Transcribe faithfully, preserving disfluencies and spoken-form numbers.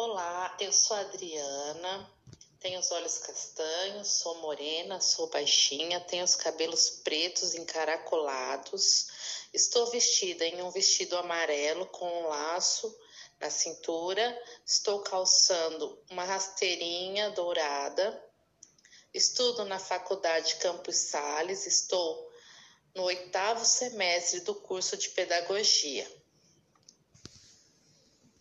Olá, eu sou a Adriana, tenho os olhos castanhos, sou morena, sou baixinha, tenho os cabelos pretos encaracolados, estou vestida em um vestido amarelo com um laço na cintura, estou calçando uma rasteirinha dourada, estudo na Faculdade Campos Sales, estou no oitavo semestre do curso de Pedagogia.